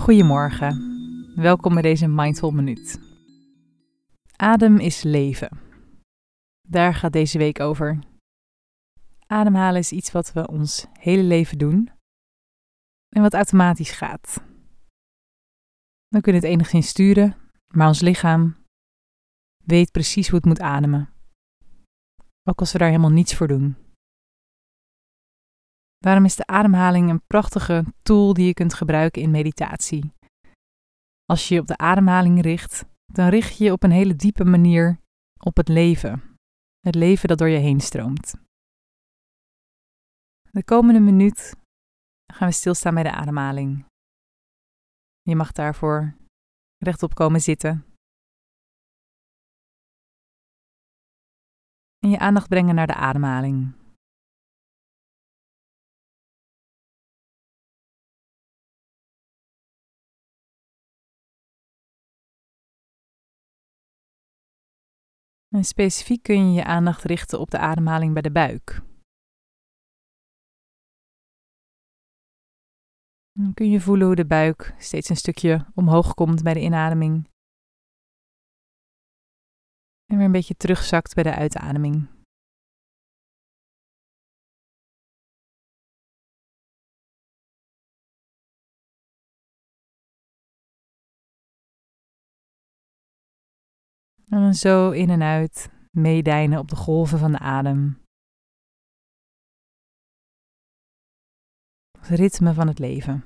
Goedemorgen, welkom bij deze Mindful Minuut. Adem is leven. Daar gaat deze week over. Ademhalen is iets wat we ons hele leven doen en wat automatisch gaat. We kunnen het enigszins sturen, maar ons lichaam weet precies hoe het moet ademen. Ook als we daar helemaal niets voor doen. Daarom is de ademhaling een prachtige tool die je kunt gebruiken in meditatie. Als je je op de ademhaling richt, dan richt je je op een hele diepe manier op het leven. Het leven dat door je heen stroomt. De komende minuut gaan we stilstaan bij de ademhaling. Je mag daarvoor rechtop komen zitten. En je aandacht brengen naar de ademhaling. En specifiek kun je je aandacht richten op de ademhaling bij de buik. Dan kun je voelen hoe de buik steeds een stukje omhoog komt bij de inademing. En weer een beetje terugzakt bij de uitademing. En dan zo in en uit meedijnen op de golven van de adem. Het ritme van het leven.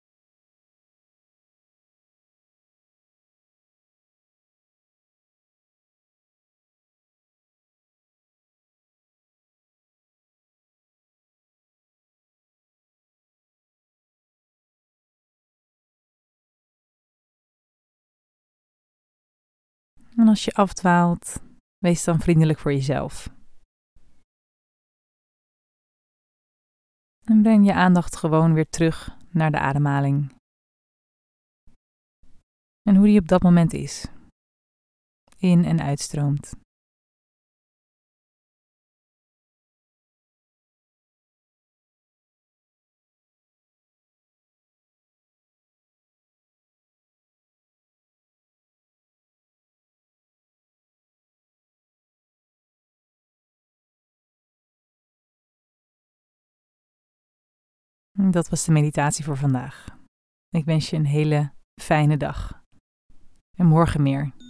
En als je afdwaalt, wees dan vriendelijk voor jezelf. En breng je aandacht gewoon weer terug naar de ademhaling. En hoe die op dat moment is. In- en uitstroomt. En dat was de meditatie voor vandaag. Ik wens je een hele fijne dag. En morgen meer.